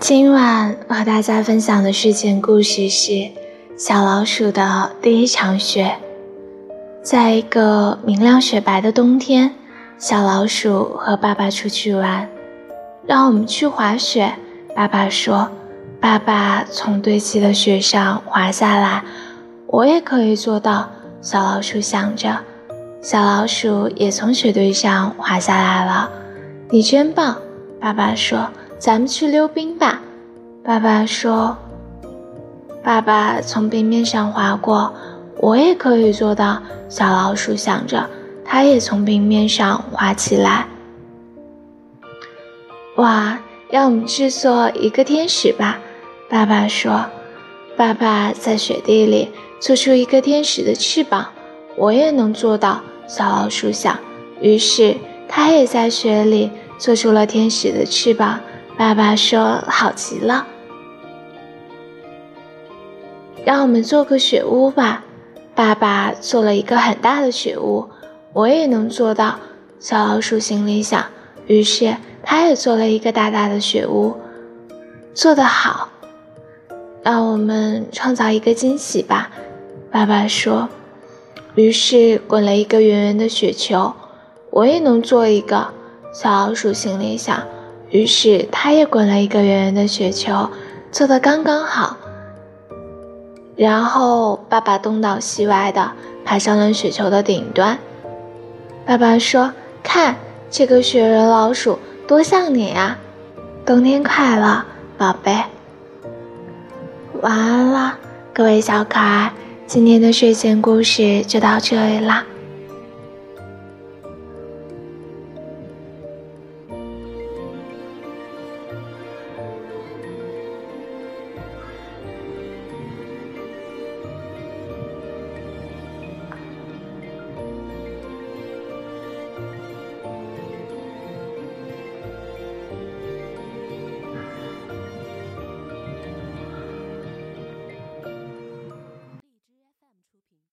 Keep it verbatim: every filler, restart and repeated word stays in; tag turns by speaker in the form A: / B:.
A: 今晚和大家分享的睡前故事是小老鼠的第一场雪。在一个明亮雪白的冬天，小老鼠和爸爸出去玩。让我们去滑雪，爸爸说。爸爸从堆积的雪上滑下来，我也可以做到，小老鼠想着。小老鼠也从雪堆上滑下来了。你真棒，爸爸说，咱们去溜冰吧。爸爸说，爸爸从冰面上滑过，我也可以做到，小老鼠想着，它也从冰面上滑起来。哇，让我们制作一个天使吧，爸爸说。爸爸在雪地里做出一个天使的翅膀，我也能做到，小老鼠想。于是他也在雪里做出了天使的翅膀。爸爸说，好极了。让我们做个雪屋吧，爸爸做了一个很大的雪屋，我也能做到，小老鼠心里想。于是他也做了一个大大的雪屋。做得好，让我们创造一个惊喜吧，爸爸说。于是滚了一个圆圆的雪球，我也能做一个，小老鼠心里想。于是他也滚了一个圆圆的雪球，做得刚刚好。然后爸爸东倒西歪的爬上了雪球的顶端。爸爸说，看这个雪人老鼠多像你啊，冬天快乐，宝贝。晚安了，各位小可爱，今天的睡前故事就到这里啦。